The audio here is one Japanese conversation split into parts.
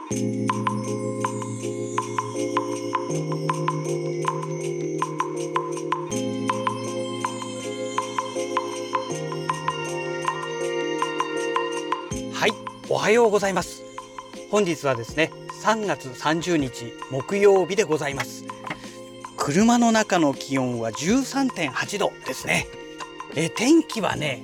はい、おはようございます。本日はですね、3月30日木曜日でございます。車の中の気温は 13.8 度ですね。天気はね、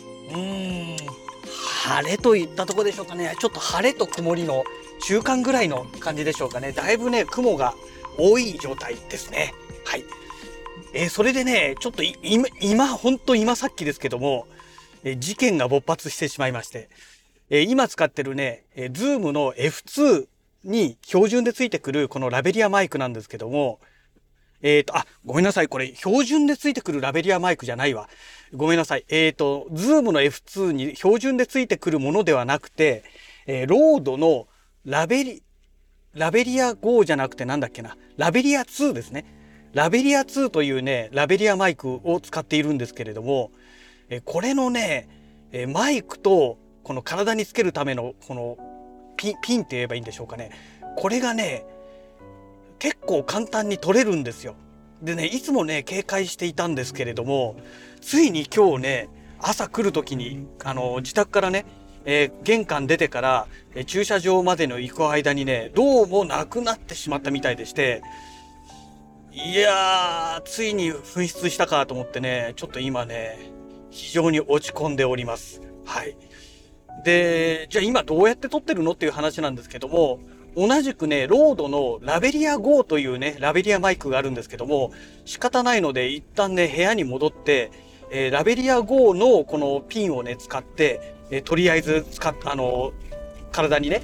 晴れといったところでしょうかね。ちょっと晴れと曇りの中間ぐらいの感じでしょうかね。だいぶね、雲が多い状態ですね。はい。それでね、ちょっと本当今さっきですけども、事件が勃発してしまいまして、今使ってるね、Zoom の F2 に標準でついてくるこのラベリアマイクなんですけども、ごめんなさい。これ、標準でついてくるラベリアマイクじゃないわ。ごめんなさい。Zoom の F2 に標準でついてくるものではなくて、ロードのラベリア GO じゃなくてなんだっけな。ラベリア2ですね。ラベリア2というね、ラベリアマイクを使っているんですけれども、これのね、マイクと、この体につけるための、このピンって言えばいいんでしょうかね。これがね、結構簡単に取れるんですよ。でね、いつもね、警戒していたんですけれども、ついに今日ね、朝来る時に、自宅からね、玄関出てから、駐車場までの行く間にね、どうもなくなってしまったみたいでして、いやー、ついに紛失したかと思ってね、ちょっと今ね、非常に落ち込んでおります。はい。で、じゃあ今どうやって撮ってるのっていう話なんですけども、同じくね、ロードのラベリア GO というね、ラベリアマイクがあるんですけども、仕方ないので一旦ね、部屋に戻って、ラベリア GO のこのピンをね、使って、とりあえず体にね、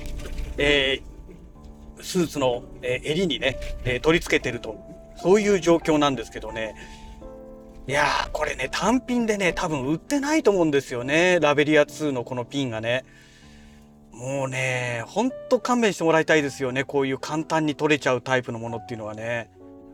スーツの、襟にね、取り付けてると、そういう状況なんですけどね。いやー、これね、単品でね、多分売ってないと思うんですよね。ラベリア2のこのピンがね。もうね、ほんと勘弁してもらいたいですよね。こういう簡単に取れちゃうタイプのものっていうのはね。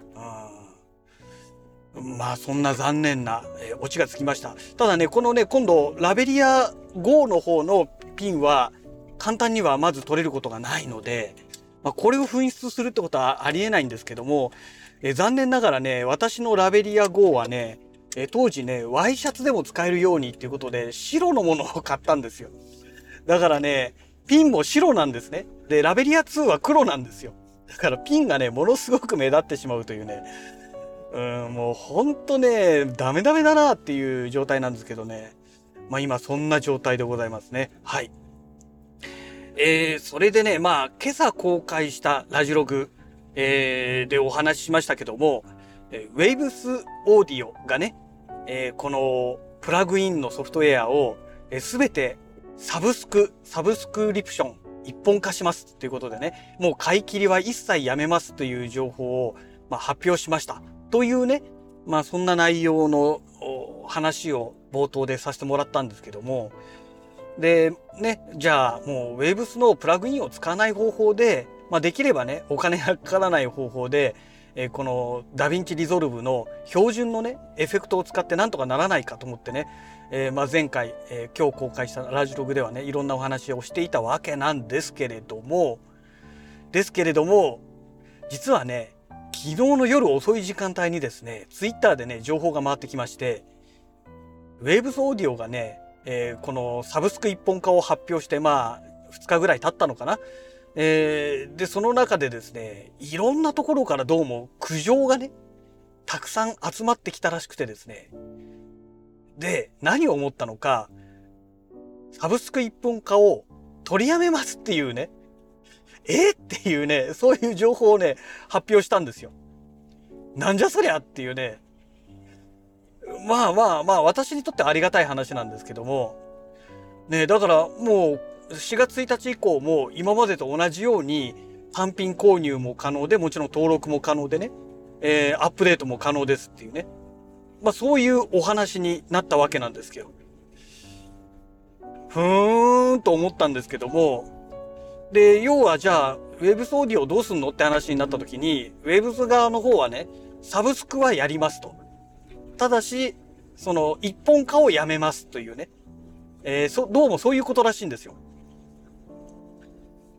まあ、そんな残念な、オチがつきました。ただね、このね、今度、ラベリア GO の方のピンは、簡単にはまず取れることがないので、まあ、これを紛失するってことはありえないんですけども、残念ながらね、私のラベリア GO はね、当時ね、ワイシャツでも使えるようにっていうことで、白のものを買ったんですよ。だからね、ピンも白なんですね。で、ラベリア2は黒なんですよ。だからピンがね、ものすごく目立ってしまうというね、もうほんとね、ダメだなっていう状態なんですけどね。まあ今そんな状態でございますね。はい。それでね、まあ今朝公開したラジログ、でお話ししましたけども、Waves オーディオがね、このプラグインのソフトウェアをすべてサブスクリプション一本化しますということでね、もう買い切りは一切やめますという情報を、発表しました。というね、そんな内容の話を冒頭でさせてもらったんですけども、で、ね、じゃあもう Waves のプラグインを使わない方法で、できればね、お金がかからない方法で、このダヴィンチリゾルブの標準のね、エフェクトを使ってなんとかならないかと思ってね、前回、今日公開したラジログではね、いろんなお話をしていたわけなんですけれども、実はね、昨日の夜遅い時間帯にですね、ツイッターでね、情報が回ってきまして、Waves オーディオがね、このサブスク一本化を発表して、2日ぐらい経ったのかな。で、その中でですね、いろんなところからどうも苦情がね、たくさん集まってきたらしくてですね。で、何を思ったのか、サブスク一本化を取りやめますっていうね、っていうね、そういう情報をね、発表したんですよ。なんじゃそりゃっていうね。私にとってありがたい話なんですけども、ね、だからもう4月1日以降も今までと同じように単品購入も可能で、もちろん登録も可能でね、アップデートも可能ですっていうね。そういうお話になったわけなんですけど。ふーんと思ったんですけども、で、要はじゃあ、ウェブスオーディオどうすんのって話になった時に、ウェブス側の方はね、サブスクはやりますと。ただし、その一本化をやめますというね。どうもそういうことらしいんですよ。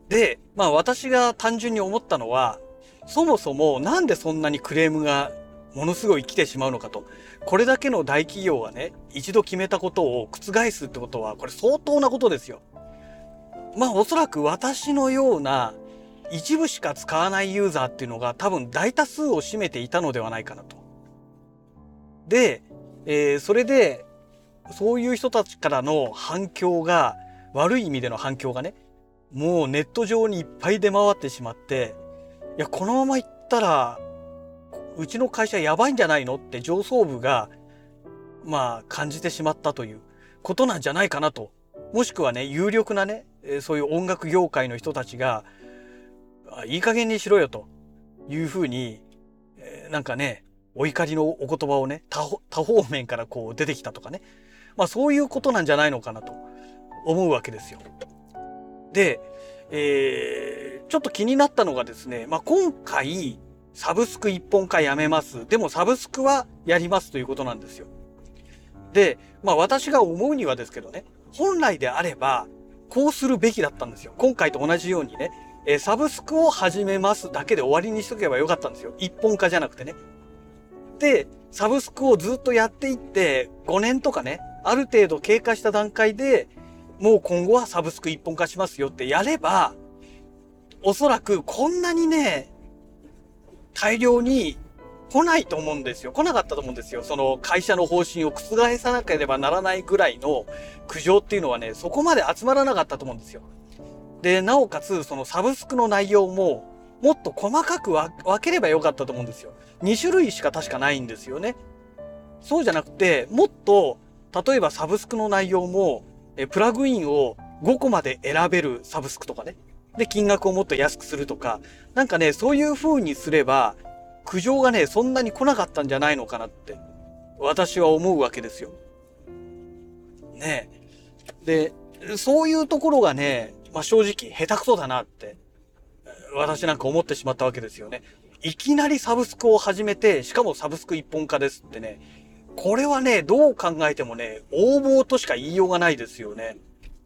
で、まあ私が単純に思ったのは、そもそもなんでそんなにクレームがものすごい来てしまうのかと。これだけの大企業がね、一度決めたことを覆すってことは、これ相当なことですよ。まあおそらく私のような一部しか使わないユーザーっていうのが多分大多数を占めていたのではないかなと。で、それでそういう人たちからの反響が、悪い意味での反響がね、もうネット上にいっぱい出回ってしまって、いや、このままいったらうちの会社やばいんじゃないのって上層部がまあ感じてしまったということなんじゃないかなと。もしくはね、有力なね、そういう音楽業界の人たちがいい加減にしろよというふうに、なんかね、お怒りのお言葉をね、多方面からこう出てきたとかね、まあそういうことなんじゃないのかなと思うわけですよ。で、ちょっと気になったのがですね、まあ今回サブスク一本化やめます。でもサブスクはやりますということなんですよ。で、まあ私が思うにはですけどね、本来であればこうするべきだったんですよ。今回と同じようにね、サブスクを始めますだけで終わりにしとけばよかったんですよ。一本化じゃなくてね。で、サブスクをずっとやっていって5年とかね、ある程度経過した段階でもう今後はサブスク一本化しますよってやれば、おそらくこんなにね、大量に来ないと思うんですよ。来なかったと思うんですよ。その会社の方針を覆さなければならないぐらいの苦情っていうのはね、そこまで集まらなかったと思うんですよ。で、なおかつそのサブスクの内容ももっと細かく分ければよかったと思うんですよ。2種類しか確かないんですよね。そうじゃなくて、もっと、例えばサブスクの内容も、プラグインを5個まで選べるサブスクとかね。で、金額をもっと安くするとか、なんかね、そういう風にすれば、苦情がね、そんなに来なかったんじゃないのかなって、私は思うわけですよ。ねえ。で、そういうところがね、まあ、正直下手くそだなって、私なんか思ってしまったわけですよね。いきなりサブスクを始めて、しかもサブスク一本化ですってね、これはね、どう考えてもね、横暴としか言いようがないですよね。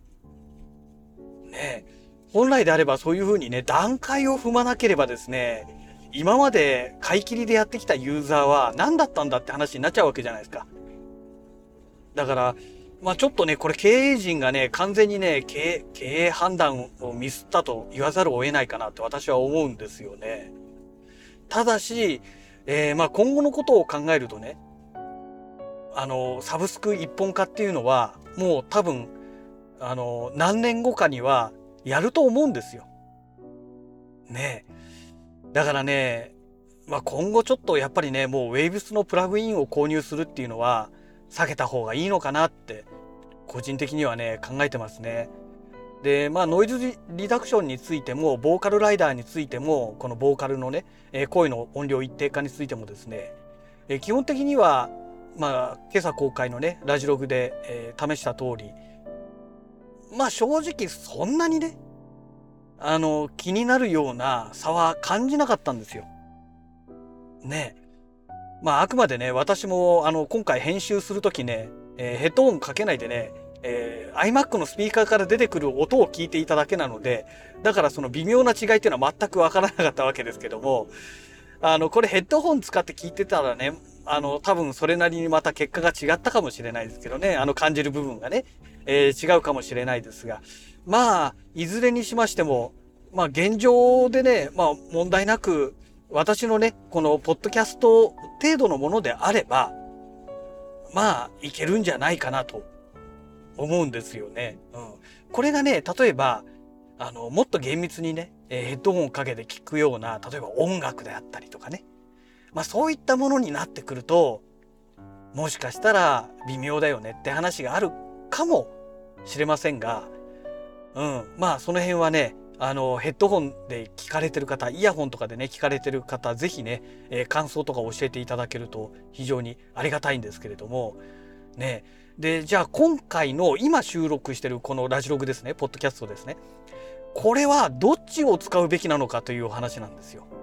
ねえ。本来であればそういう風にね、段階を踏まなければですね、今まで買い切りでやってきたユーザーは何だったんだって話になっちゃうわけじゃないですか。だから、まあちょっとね、これ経営陣がね、完全にね、経営判断をミスったと言わざるを得ないかなって私は思うんですよね。ただし、まあ今後のことを考えるとね、サブスク一本化っていうのは、もう多分、何年後かにはやると思うんですよ。ねえ。だからね、まあ今後ちょっとやっぱりね、もう Waves のプラグインを購入するっていうのは避けた方がいいのかなって、個人的にはね、考えてますね。で、まあノイズリダクションについても、ボーカルライダーについても、このボーカルのね、声の音量一定化についてもですね、基本的には、まあ今朝公開のね、ラジログで、試した通り、まあ正直そんなにね、気になるような差は感じなかったんですよ。ね。まああくまでね、私も今回編集するときね、ヘッドホンかけないでね、iMac のスピーカーから出てくる音を聞いていただけなので、だからその微妙な違いっていうのは全くわからなかったわけですけども、これヘッドホン使って聞いてたらね、多分それなりにまた結果が違ったかもしれないですけどね、感じる部分がね、違うかもしれないですが、まあ、いずれにしましても、まあ現状でね、まあ問題なく、私のね、このポッドキャスト程度のものであれば、まあ、いけるんじゃないかなと思うんですよね。うん。これがね、例えば、もっと厳密にね、ヘッドホンをかけて聞くような、例えば音楽であったりとかね。まあそういったものになってくると、もしかしたら微妙だよねって話があるかもしれませんが、うん。まあその辺はね、ヘッドホンで聞かれてる方、イヤホンとかでね、聞かれてる方、ぜひね、感想とか教えていただけると非常にありがたいんですけれども、ね。で、じゃあ今回の今収録してるこのラジログですね、ポッドキャストですね。これはどっちを使うべきなのかというお話なんですよ。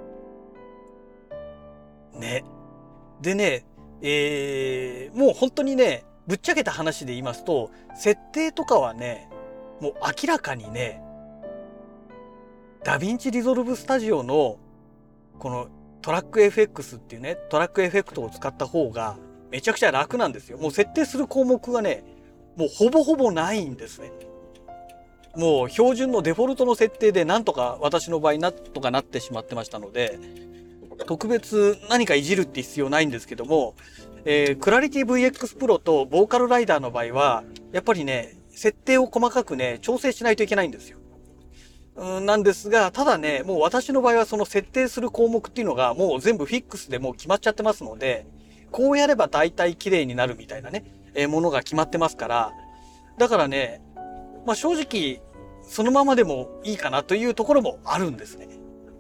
ね。でね、もう本当にね、ぶっちゃけた話で言いますと、設定とかはね、もう明らかにね、 ダヴィンチリゾルブスタジオのこのトラック FX っていうね、トラックエフェクトを使った方がめちゃくちゃ楽なんですよ。もう設定する項目がね、もうほぼほぼないんですね。もう標準のデフォルトの設定でなんとか私の場合なんとかなってしまってましたので、特別何かいじるって必要ないんですけども、クラリティ VX Pro とボーカルライダーの場合は、やっぱりね、設定を細かくね、調整しないといけないんですよ。なんですが、ただね、もう私の場合はその設定する項目っていうのがもう全部フィックスでもう決まっちゃってますので、こうやれば大体綺麗になるみたいなね、ものが決まってますから、だからね、まあ正直、そのままでもいいかなというところもあるんですね。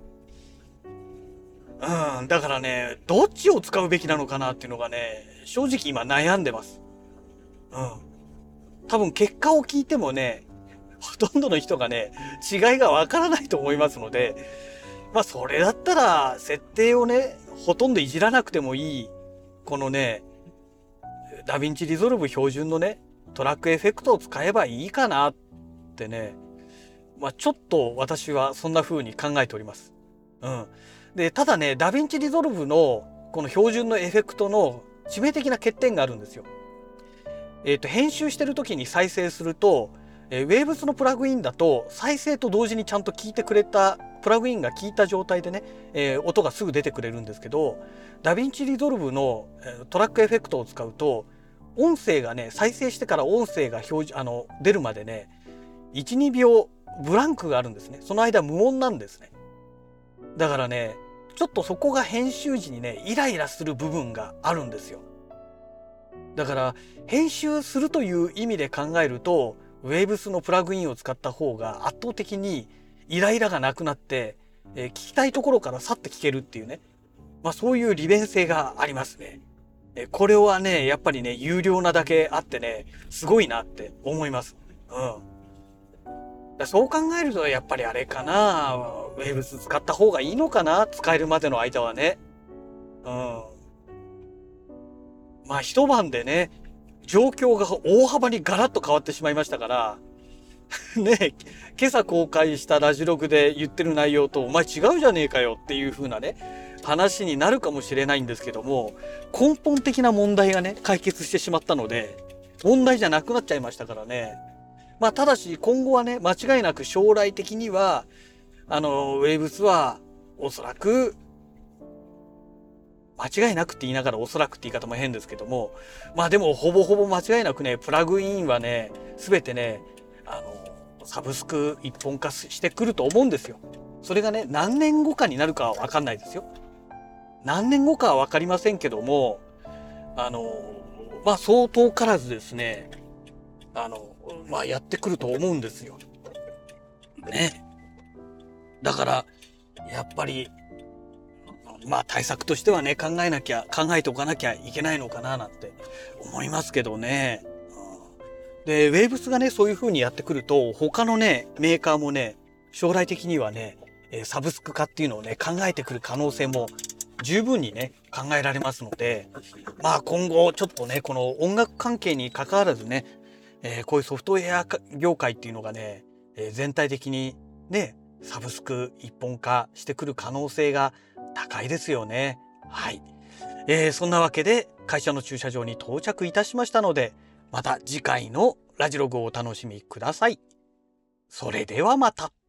だからね、どっちを使うべきなのかなっていうのがね、正直今悩んでます。多分結果を聞いてもね、ほとんどの人がね、違いがわからないと思いますので、まあそれだったら、設定をね、ほとんどいじらなくてもいい、このね、ダヴィンチリゾルブ標準のね、トラックエフェクトを使えばいいかなってね、まあちょっと私はそんな風に考えております。で、ただね、ダヴィンチリゾルブのこの標準のエフェクトの致命的な欠点があるんですよ。編集してる時に再生すると、Waves のプラグインだと再生と同時にちゃんと聞いてくれた、プラグインが効いた状態でね、音がすぐ出てくれるんですけど、ダヴィンチリゾルブのトラックエフェクトを使うと、音声がね、再生してから音声が出るまでね、1、2秒ブランクがあるんですね。その間無音なんですね。だからね、ちょっとそこが編集時にね、イライラする部分があるんですよ。だから編集するという意味で考えると、Waves のプラグインを使った方が圧倒的にイライラがなくなって、聞きたいところからさって聞けるっていうね、まあそういう利便性がありますね。これはね、やっぱりね、有料なだけあってね、すごいなって思います。そう考えるとやっぱりあれかな、Waves 使った方がいいのかな、使えるまでの間はね。まあ一晩でね、状況が大幅にガラッと変わってしまいましたからね、今朝公開したラジログで言ってる内容とお前違うじゃねえかよっていう風なね、話になるかもしれないんですけども、根本的な問題がね、解決してしまったので、問題じゃなくなっちゃいましたからね。まあただし今後はね、間違いなく将来的には、Waves はおそらく間違いなくって言いながらおそらくって言い方も変ですけども、まあでもほぼほぼ間違いなくね、プラグインはね、すべてね、サブスク一本化してくると思うんですよ。それがね、何年後かになるかはわかんないですよ。何年後かはわかりませんけども、まあ相当からずですね、まあやってくると思うんですよ。ね。だから、やっぱり、まあ対策としてはね、考えておかなきゃいけないのかななんて思いますけどね。で、ウェーブスがね、そういう風にやってくると、他のね、メーカーもね、将来的にはね、サブスク化っていうのをね、考えてくる可能性も十分にね、考えられますので、まあ今後ちょっとね、この音楽関係に関わらずね、こういうソフトウェア業界っていうのがね、全体的にね、サブスク一本化してくる可能性が高いですよね。はい。そんなわけで会社の駐車場に到着いたしましたので、また次回のラジログをお楽しみください。それではまた。